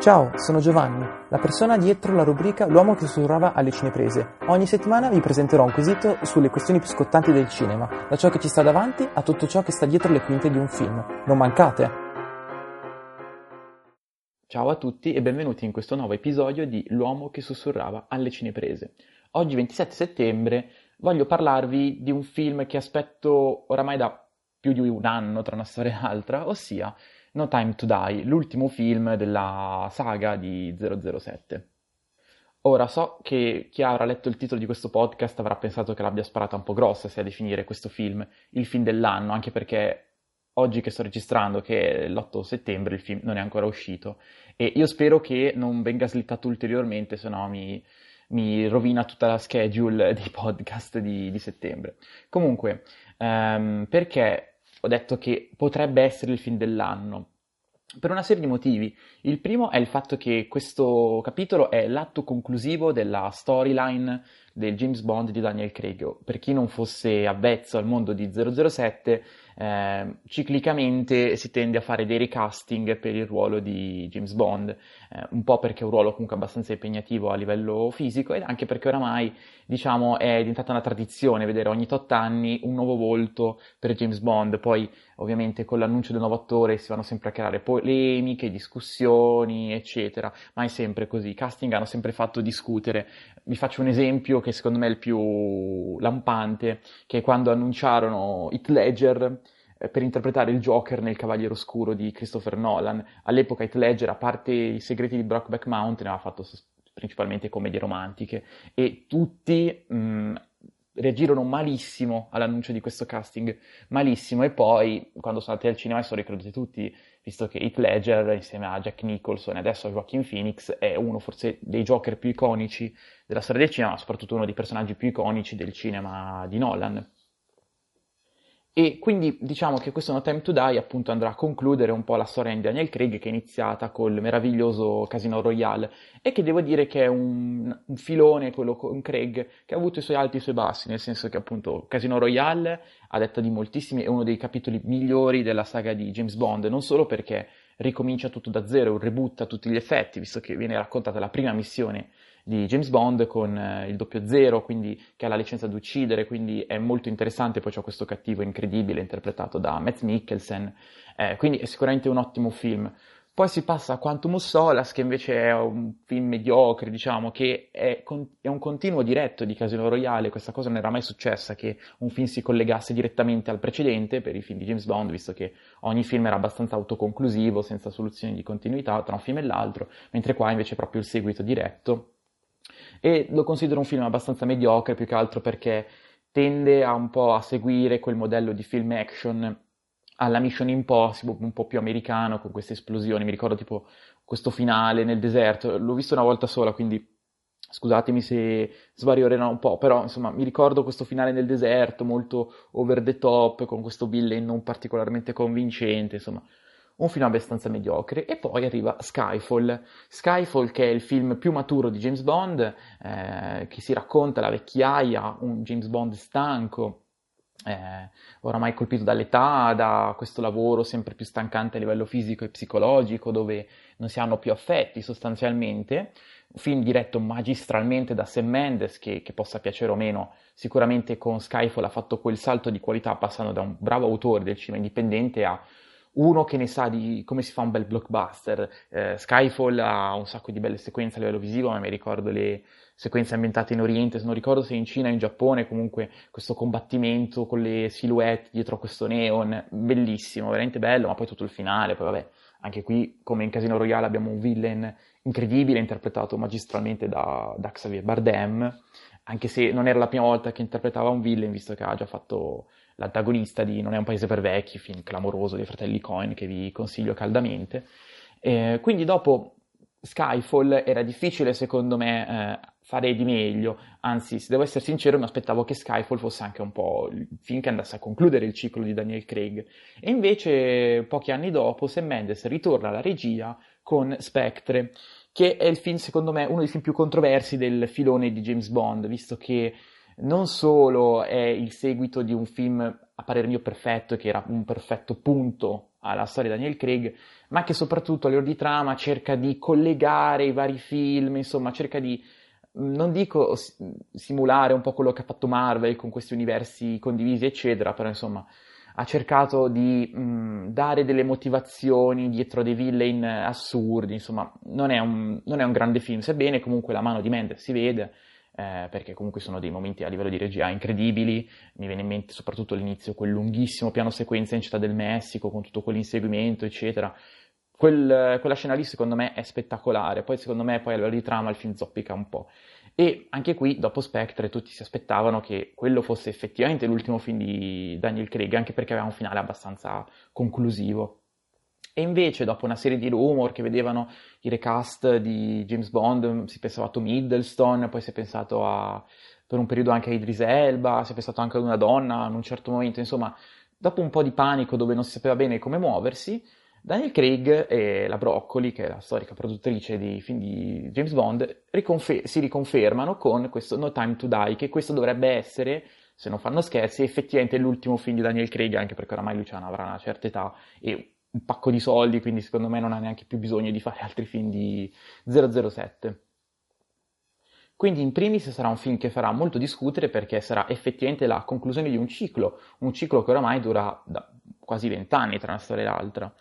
Ciao, sono Giovanni, la persona dietro la rubrica L'uomo che sussurrava alle cineprese. Ogni settimana vi presenterò un quesito sulle questioni più scottanti del cinema, da ciò che ci sta davanti a tutto ciò che sta dietro le quinte di un film. Non mancate! Ciao a tutti e benvenuti in questo nuovo episodio di L'uomo che sussurrava alle cineprese. Oggi 27 settembre voglio parlarvi di un film che aspetto oramai da più di un anno tra una storia e l'altra, ossia No Time to Die, l'ultimo film della saga di 007. Ora, so che chi avrà letto il titolo di questo podcast avrà pensato che l'abbia sparata un po' grossa se a definire questo film il film dell'anno, anche perché oggi che sto registrando, che è l'8 settembre, il film non è ancora uscito. E io spero che non venga slittato ulteriormente, se no mi rovina tutta la schedule dei podcast di settembre. Comunque, perché ho detto che potrebbe essere il film dell'anno? Per una serie di motivi. Il primo è il fatto che questo capitolo è l'atto conclusivo della storyline del James Bond di Daniel Craig. Per chi non fosse avvezzo al mondo di 007, ciclicamente si tende a fare dei recasting per il ruolo di James Bond, un po' perché è un ruolo comunque abbastanza impegnativo a livello fisico ed anche perché oramai, diciamo, è diventata una tradizione vedere ogni tot anni un nuovo volto per James Bond. Poi ovviamente con l'annuncio del nuovo attore si vanno sempre a creare polemiche, discussioni, eccetera, ma è sempre così, i casting hanno sempre fatto discutere. Vi faccio un esempio che secondo me è il più lampante, che è quando annunciarono Heath Ledger per interpretare il Joker nel Cavaliere Oscuro di Christopher Nolan. All'epoca Heath Ledger, a parte I segreti di Brokeback Mountain, aveva fatto principalmente commedie romantiche e tutti reagirono malissimo all'annuncio di questo casting, malissimo, e poi quando sono andati al cinema si sono ricreduti tutti, visto che Heath Ledger insieme a Jack Nicholson e adesso a Joaquin Phoenix è uno forse dei Joker più iconici della storia del cinema, ma soprattutto uno dei personaggi più iconici del cinema di Nolan. E quindi diciamo che questo No Time to Die appunto andrà a concludere un po' la storia di Daniel Craig, che è iniziata col meraviglioso Casino Royale e che devo dire che è un filone, quello con Craig, che ha avuto i suoi alti e i suoi bassi, nel senso che appunto Casino Royale, a detta di moltissimi, è uno dei capitoli migliori della saga di James Bond, non solo perché ricomincia tutto da zero, è un reboot a tutti gli effetti, visto che viene raccontata la prima missione di James Bond con il 00, quindi che ha la licenza di uccidere, quindi è molto interessante. Poi c'è questo cattivo incredibile interpretato da Matt Mikkelsen, quindi è sicuramente un ottimo film. Poi si passa a Quantum of Solace, che invece è un film mediocre, diciamo, che è un continuo diretto di Casino Royale. Questa cosa non era mai successa, che un film si collegasse direttamente al precedente per i film di James Bond, visto che ogni film era abbastanza autoconclusivo, senza soluzioni di continuità tra un film e l'altro, mentre qua invece è proprio il seguito diretto. E lo considero un film abbastanza mediocre, più che altro perché tende a un po' a seguire quel modello di film action alla Mission Impossible, un po' più americano, con queste esplosioni. Mi ricordo tipo questo finale nel deserto, l'ho visto una volta sola, quindi scusatemi se svariorerò un po', però insomma mi ricordo questo finale nel deserto molto over the top, con questo villain non particolarmente convincente, insomma un film abbastanza mediocre. E poi arriva Skyfall, che è il film più maturo di James Bond, che si racconta la vecchiaia, un James Bond stanco, oramai colpito dall'età, da questo lavoro sempre più stancante a livello fisico e psicologico, dove non si hanno più affetti sostanzialmente. Un film diretto magistralmente da Sam Mendes, che possa piacere o meno, sicuramente con Skyfall ha fatto quel salto di qualità, passando da un bravo autore del cinema indipendente a uno che ne sa di come si fa un bel blockbuster. Skyfall ha un sacco di belle sequenze a livello visivo, ma mi ricordo le sequenze ambientate in Oriente, non ricordo se in Cina o in Giappone, comunque questo combattimento con le silhouette dietro questo neon, bellissimo, veramente bello, ma poi tutto il finale, poi vabbè, anche qui come in Casino Royale abbiamo un villain incredibile, interpretato magistralmente da Xavier Bardem, anche se non era la prima volta che interpretava un villain, visto che ha già fatto l'antagonista di Non è un paese per vecchi, film clamoroso dei fratelli Coen che vi consiglio caldamente. Quindi dopo Skyfall era difficile secondo me fare di meglio, anzi se devo essere sincero mi aspettavo che Skyfall fosse anche un po' il film che andasse a concludere il ciclo di Daniel Craig, e invece pochi anni dopo Sam Mendes ritorna alla regia con Spectre, che è il film secondo me uno dei film più controversi del filone di James Bond, visto che non solo è il seguito di un film a parer mio perfetto, che era un perfetto punto alla storia di Daniel Craig, ma che soprattutto a livello di trama cerca di collegare i vari film, insomma cerca di, non dico simulare un po' quello che ha fatto Marvel con questi universi condivisi eccetera, però insomma ha cercato di dare delle motivazioni dietro dei villain assurdi, insomma non è un grande film, sebbene comunque la mano di Mendes si vede, perché comunque sono dei momenti a livello di regia incredibili. Mi viene in mente soprattutto all'inizio quel lunghissimo piano sequenza in Città del Messico con tutto quell'inseguimento eccetera. Quella scena lì secondo me è spettacolare, poi secondo me poi a livello di trama il film zoppica un po'. E anche qui, dopo Spectre, tutti si aspettavano che quello fosse effettivamente l'ultimo film di Daniel Craig, anche perché aveva un finale abbastanza conclusivo. E invece, dopo una serie di rumor che vedevano i recast di James Bond, si pensava a Tom Hiddleston, poi si è pensato per un periodo anche a Idris Elba, si è pensato anche ad una donna in un certo momento, insomma, dopo un po' di panico dove non si sapeva bene come muoversi, Daniel Craig e la Broccoli, che è la storica produttrice dei film di James Bond, si riconfermano con questo No Time to Die, che questo dovrebbe essere, se non fanno scherzi, effettivamente l'ultimo film di Daniel Craig, anche perché oramai lui avrà una certa età e un pacco di soldi, quindi secondo me non ha neanche più bisogno di fare altri film di 007. Quindi in primis sarà un film che farà molto discutere perché sarà effettivamente la conclusione di un ciclo che oramai dura da quasi 20 anni tra una storia e l'altra.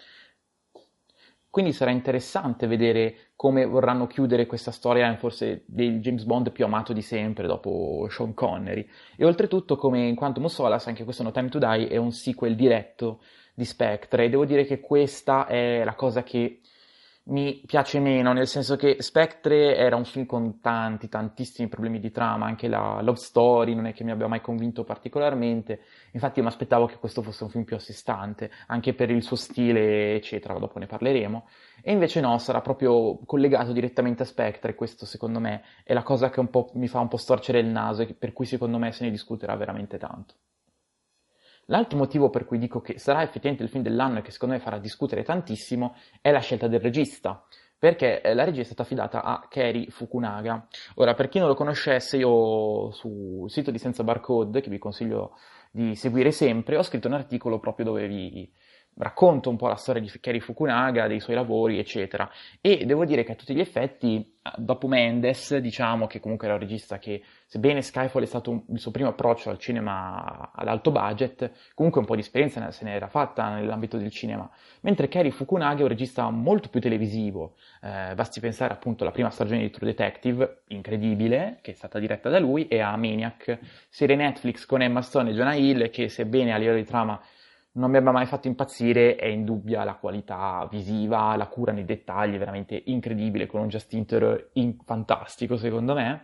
Quindi sarà interessante vedere come vorranno chiudere questa storia, forse del James Bond più amato di sempre dopo Sean Connery. E oltretutto, come in Quantum of Solace, anche questo No Time to Die è un sequel diretto di Spectre. E devo dire che questa è la cosa che mi piace meno, nel senso che Spectre era un film con tantissimi problemi di trama, anche la love story non è che mi abbia mai convinto particolarmente, infatti mi aspettavo che questo fosse un film più a sé stante, anche per il suo stile eccetera, dopo ne parleremo, e invece no, sarà proprio collegato direttamente a Spectre, e questo secondo me è la cosa che mi fa un po' storcere il naso e per cui secondo me se ne discuterà veramente tanto. L'altro motivo per cui dico che sarà effettivamente il film dell'anno e che secondo me farà discutere tantissimo è la scelta del regista, perché la regia è stata affidata a Cary Fukunaga. Ora, per chi non lo conoscesse, io sul sito di Senza Barcode, che vi consiglio di seguire sempre, ho scritto un articolo proprio dove vi racconto un po' la storia di Cary Fukunaga, dei suoi lavori, eccetera. E devo dire che a tutti gli effetti, dopo Mendes, diciamo che comunque era un regista che, sebbene Skyfall è stato il suo primo approccio al cinema ad alto budget, comunque un po' di esperienza se ne era fatta nell'ambito del cinema. Mentre Cary Fukunaga è un regista molto più televisivo. Basti pensare appunto alla prima stagione di True Detective, incredibile, che è stata diretta da lui, e a Maniac, serie Netflix con Emma Stone e Jonah Hill, che sebbene a livello di trama non mi abbia mai fatto impazzire, è indubbia la qualità visiva, la cura nei dettagli, veramente incredibile, con un Justin Theroux fantastico secondo me.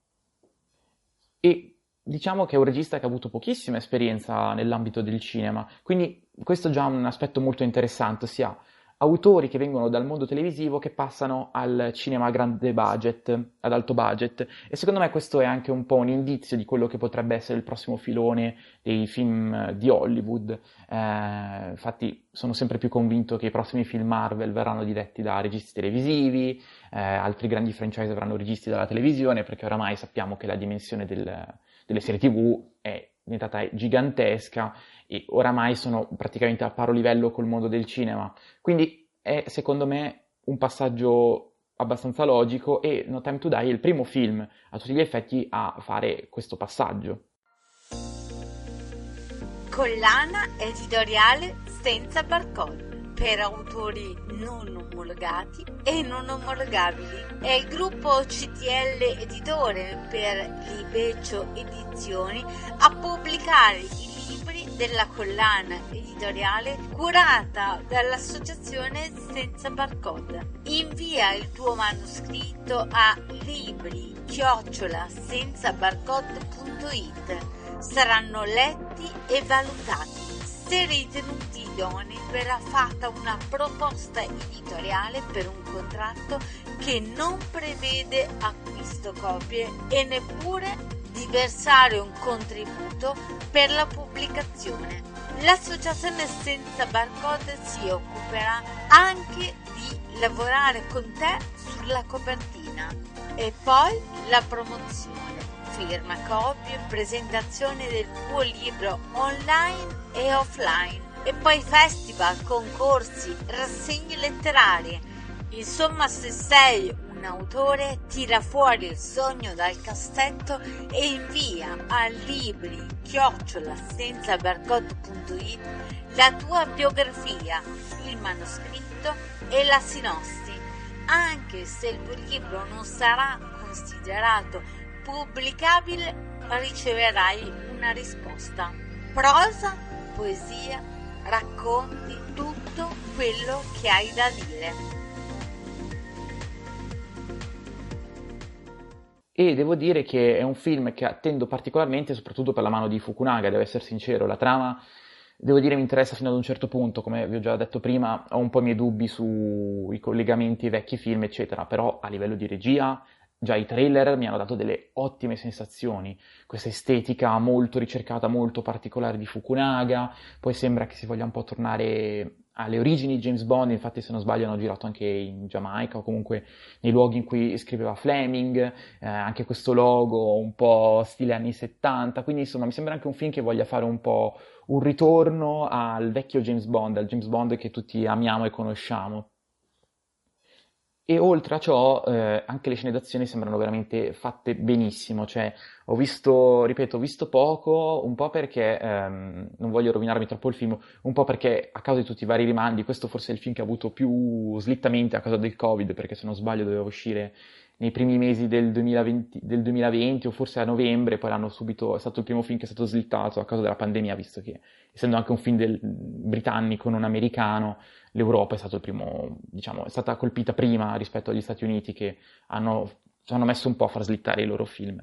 E diciamo che è un regista che ha avuto pochissima esperienza nell'ambito del cinema, quindi questo è già un aspetto molto interessante, ossia autori che vengono dal mondo televisivo che passano al cinema a grande budget, ad alto budget, e secondo me questo è anche un po' un indizio di quello che potrebbe essere il prossimo filone dei film di Hollywood. Infatti sono sempre più convinto che i prossimi film Marvel verranno diretti da registi televisivi, altri grandi franchise avranno registi dalla televisione, perché oramai sappiamo che la dimensione delle serie TV è diventata gigantesca e oramai sono praticamente a paro livello col mondo del cinema. Quindi è secondo me un passaggio abbastanza logico e No Time to Die è il primo film a tutti gli effetti a fare questo passaggio. Collana editoriale senza barcode per autori non omologati e non omologabili. È il gruppo CTL Editore per Libecio Edizioni a pubblicare i libri della collana editoriale curata dall'associazione Senza Barcode. Invia il tuo manoscritto a libri@senzabarcode.it. Saranno letti e valutati. Se ritenuti idonei verrà fatta una proposta editoriale per un contratto che non prevede acquisto copie e neppure di versare un contributo per la pubblicazione. L'associazione Senza Barcode si occuperà anche di lavorare con te sulla copertina e poi la promozione, firma copie, presentazione del tuo libro online e offline, e poi festival, concorsi, rassegne letterarie. Insomma, se sei un autore, tira fuori il sogno dal cassetto e invia a libri@senzabergotto.it la tua biografia, il manoscritto e la sinossi. Anche se il tuo libro non sarà considerato pubblicabile, riceverai una risposta. Prosa, poesia, racconti, tutto quello che hai da dire. E devo dire che è un film che attendo particolarmente, soprattutto per la mano di Fukunaga, devo essere sincero. La trama, devo dire, mi interessa fino ad un certo punto, come vi ho già detto prima, ho un po' i miei dubbi sui collegamenti ai vecchi film, eccetera, però a livello di regia, già i trailer mi hanno dato delle ottime sensazioni, questa estetica molto ricercata, molto particolare di Fukunaga, poi sembra che si voglia un po' tornare alle origini di James Bond, infatti se non sbaglio hanno girato anche in Giamaica o comunque nei luoghi in cui scriveva Fleming, anche questo logo un po' stile anni 70, quindi insomma mi sembra anche un film che voglia fare un po' un ritorno al vecchio James Bond, al James Bond che tutti amiamo e conosciamo. E oltre a ciò, anche le scene d'azione sembrano veramente fatte benissimo, cioè ripeto, ho visto poco, un po' perché, non voglio rovinarmi troppo il film, un po' perché a causa di tutti i vari rimandi, questo forse è il film che ha avuto più slittamenti a causa del Covid, perché se non sbaglio doveva uscire nei primi mesi del 2020 o forse a novembre, poi è stato il primo film che è stato slittato a causa della pandemia, visto che essendo anche un film britannico, non americano, l'Europa è stato il primo, diciamo, è stata colpita prima rispetto agli Stati Uniti che ci hanno messo un po' a far slittare i loro film.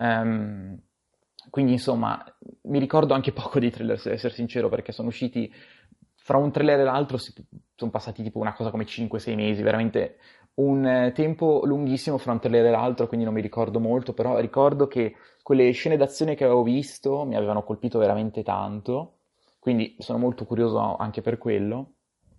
Quindi insomma, mi ricordo anche poco dei trailer, se devo essere sincero, perché sono usciti fra un trailer e l'altro, sono passati tipo una cosa come 5-6 mesi, veramente un tempo lunghissimo fra un trailer e l'altro, quindi non mi ricordo molto, però ricordo che quelle scene d'azione che avevo visto mi avevano colpito veramente tanto, quindi sono molto curioso anche per quello.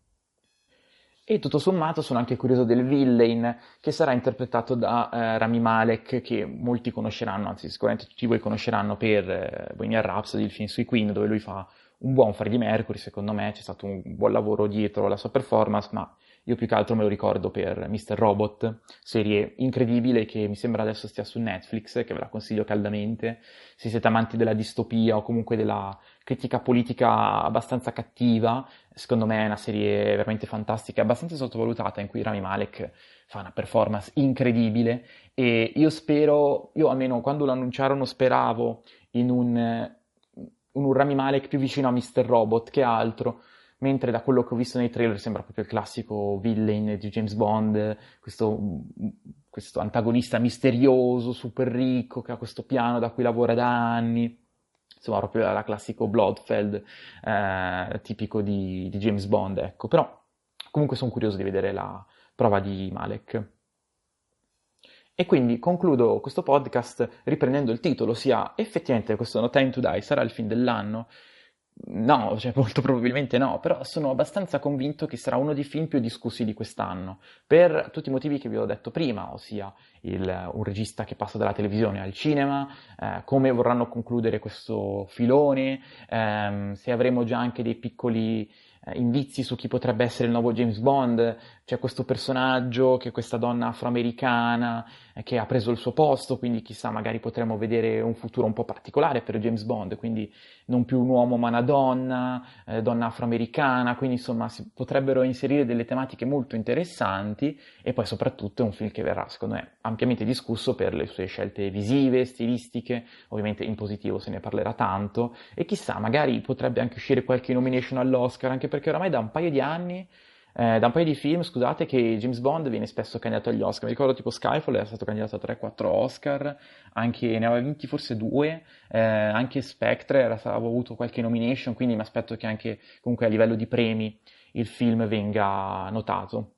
E tutto sommato sono anche curioso del villain che sarà interpretato da Rami Malek, che molti conosceranno, anzi sicuramente tutti voi conosceranno per Bohemian Rhapsody, il film sui Queen, dove lui fa un buon Freddie Mercury, secondo me c'è stato un buon lavoro dietro la sua performance, ma io più che altro me lo ricordo per Mr. Robot, serie incredibile che mi sembra adesso stia su Netflix, che ve la consiglio caldamente, se siete amanti della distopia o comunque della critica politica abbastanza cattiva, secondo me è una serie veramente fantastica, abbastanza sottovalutata, in cui Rami Malek fa una performance incredibile e io almeno quando lo annunciarono speravo in un Rami Malek più vicino a Mr. Robot che altro, mentre da quello che ho visto nei trailer sembra proprio il classico villain di James Bond, questo antagonista misterioso, super ricco, che ha questo piano da cui lavora da anni. Insomma, proprio la classico Blofeld tipico di James Bond, ecco. Però comunque sono curioso di vedere la prova di Malek. E quindi concludo questo podcast riprendendo il titolo, ossia effettivamente questo No Time to Die sarà il film dell'anno? No, cioè molto probabilmente no, però sono abbastanza convinto che sarà uno dei film più discussi di quest'anno, per tutti i motivi che vi ho detto prima, ossia un regista che passa dalla televisione al cinema, come vorranno concludere questo filone, se avremo già anche dei piccoli indizi su chi potrebbe essere il nuovo James Bond, c'è questo personaggio che è questa donna afroamericana che ha preso il suo posto, quindi chissà, magari potremo vedere un futuro un po' particolare per James Bond, quindi non più un uomo ma una donna, donna afroamericana, quindi insomma si potrebbero inserire delle tematiche molto interessanti e poi soprattutto è un film che verrà secondo me ampiamente discusso per le sue scelte visive, stilistiche, ovviamente in positivo se ne parlerà tanto e chissà, magari potrebbe anche uscire qualche nomination all'Oscar, anche perché oramai da un paio di film, scusate, che James Bond viene spesso candidato agli Oscar. Mi ricordo tipo Skyfall era stato candidato a 3-4 Oscar, anche ne aveva vinti forse 2, anche Spectre aveva avuto qualche nomination, quindi mi aspetto che anche comunque a livello di premi il film venga notato.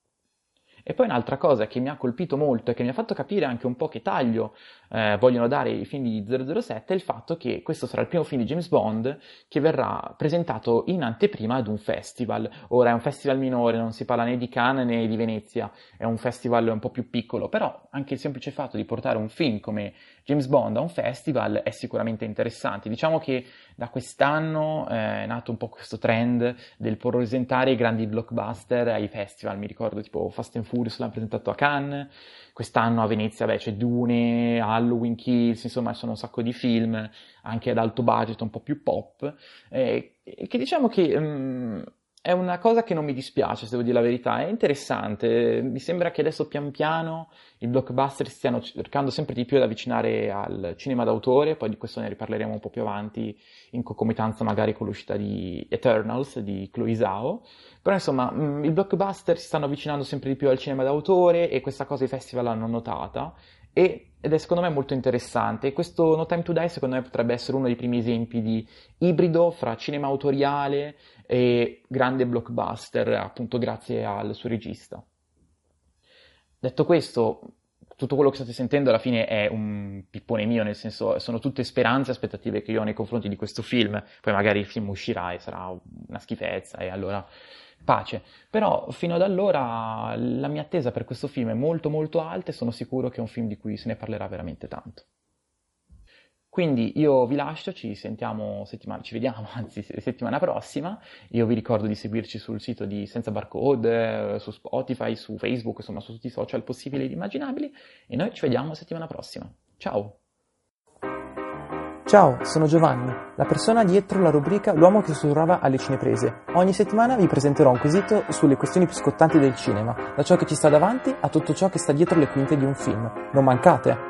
E poi un'altra cosa che mi ha colpito molto e che mi ha fatto capire anche un po' che taglio vogliono dare i film di 007 è il fatto che questo sarà il primo film di James Bond che verrà presentato in anteprima ad un festival. Ora è un festival minore, non si parla né di Cannes né di Venezia, è un festival un po' più piccolo, però anche il semplice fatto di portare un film come James Bond a un festival è sicuramente interessante. Diciamo che da quest'anno è nato un po' questo trend del presentare i grandi blockbuster ai festival. Mi ricordo tipo Fast and Furious l'hanno presentato a Cannes, quest'anno a Venezia c'è Dune, Halloween Kills, insomma sono un sacco di film anche ad alto budget, un po' più pop, che diciamo che è una cosa che non mi dispiace, se devo dire la verità, è interessante. Mi sembra che adesso pian piano i blockbuster stiano cercando sempre di più di avvicinare al cinema d'autore, poi di questo ne riparleremo un po' più avanti in concomitanza magari con l'uscita di Eternals di Chloe Zhao, però insomma i blockbuster si stanno avvicinando sempre di più al cinema d'autore e questa cosa i festival l'hanno notata ed è secondo me molto interessante, e questo No Time to Die secondo me potrebbe essere uno dei primi esempi di ibrido fra cinema autoriale e grande blockbuster, appunto grazie al suo regista. Detto questo, tutto quello che state sentendo alla fine è un pippone mio, nel senso sono tutte speranze e aspettative che io ho nei confronti di questo film, poi magari il film uscirà e sarà una schifezza e allora pace, però fino ad allora la mia attesa per questo film è molto molto alta e sono sicuro che è un film di cui se ne parlerà veramente tanto. Quindi io vi lascio, ci vediamo settimana prossima. Io vi ricordo di seguirci sul sito di Senza Barcode, su Spotify, su Facebook, insomma su tutti i social possibili ed immaginabili, e noi ci vediamo settimana prossima. Ciao! Ciao, sono Giovanni, la persona dietro la rubrica L'uomo che sussurrava alle cineprese. Ogni settimana vi presenterò un quesito sulle questioni più scottanti del cinema, da ciò che ci sta davanti a tutto ciò che sta dietro le quinte di un film. Non mancate!